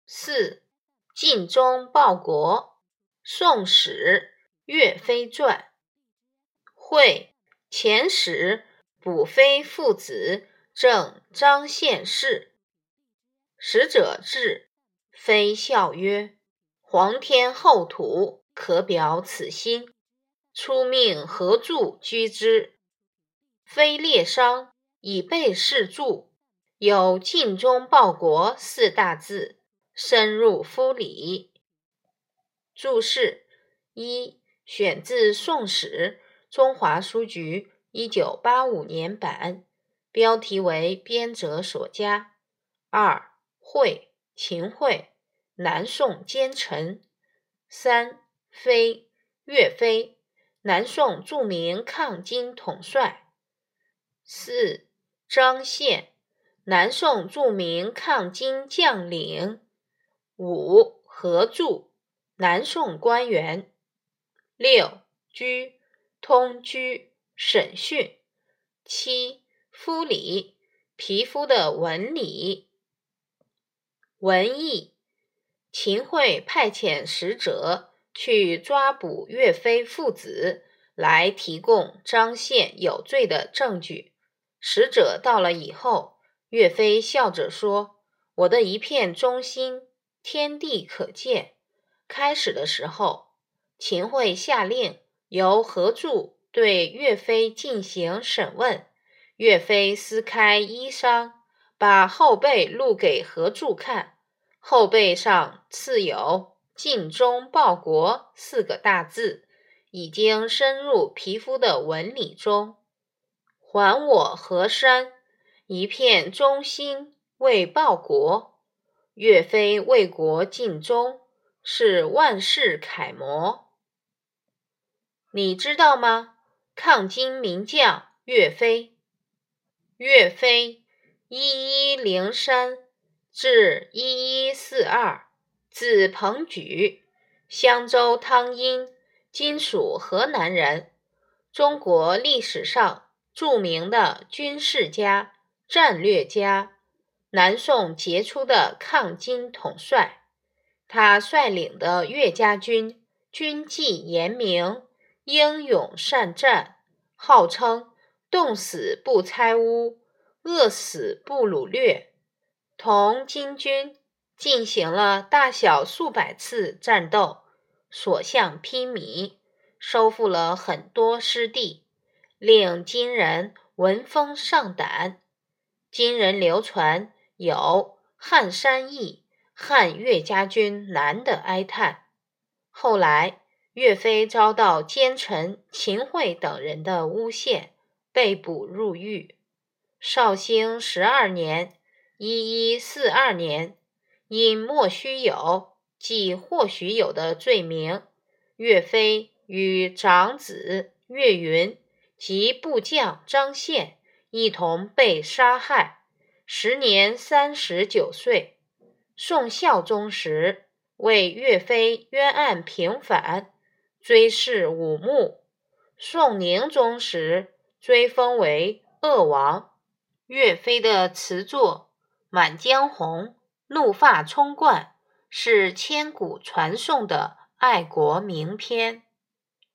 4. 尽忠报国。宋史岳飞传。会遣使补飞父子正张献事。使者至，飞笑曰：皇天厚土，可表此心。初命何助居之？非列商，以备事著，有尽忠报国4大字，深入夫礼。注释一，选自《宋史》中华书局1985年版，标题为编者所加。2. 会，秦桧，南宋奸臣。3. 飞，岳飞，南宋著名抗金统帅。4. 张献，南宋著名抗金将领。5. 何助，南宋官员。6. 居，通居、审讯。7. 肤理，皮肤的纹理。文艺，秦桧派遣使者去抓捕岳飞父子，来提供张献有罪的证据。使者到了以后，岳飞笑着说：我的一片忠心，天地可见。开始的时候，秦桧下令由何助对岳飞进行审问。岳飞撕开衣裳，把后背露给何助看，后背上刺有尽忠报国4个大字，已经深入皮肤的纹理中。还我河山，一片忠心为报国。岳飞为国尽忠，是万世楷模。你知道吗？抗金名将岳飞。岳飞1103至1142，字鹏举，襄州汤阴（今属河南）人，中国历史上著名的军事家、战略家，南宋杰出的抗金统帅。他率领的岳家军军纪严明，英勇善战，号称冻死不拆屋，饿死不掳掠，同金军进行了大小数百次战斗，所向披靡，收复了很多失地，令金人闻风丧胆。金人流传有汉山易，汉岳家军难的哀叹。后来岳飞遭到奸臣秦桧等人的诬陷，被捕入狱。绍兴12年1142年，因莫须有即或许有的罪名，岳飞与长子岳云及部将张献一同被杀害，时年39岁。宋孝宗时，为岳飞冤案平反，追谥武穆。宋宁宗时，追封为鄂王。岳飞的词作《满江红》《怒发冲冠》是千古传颂的爱国名篇。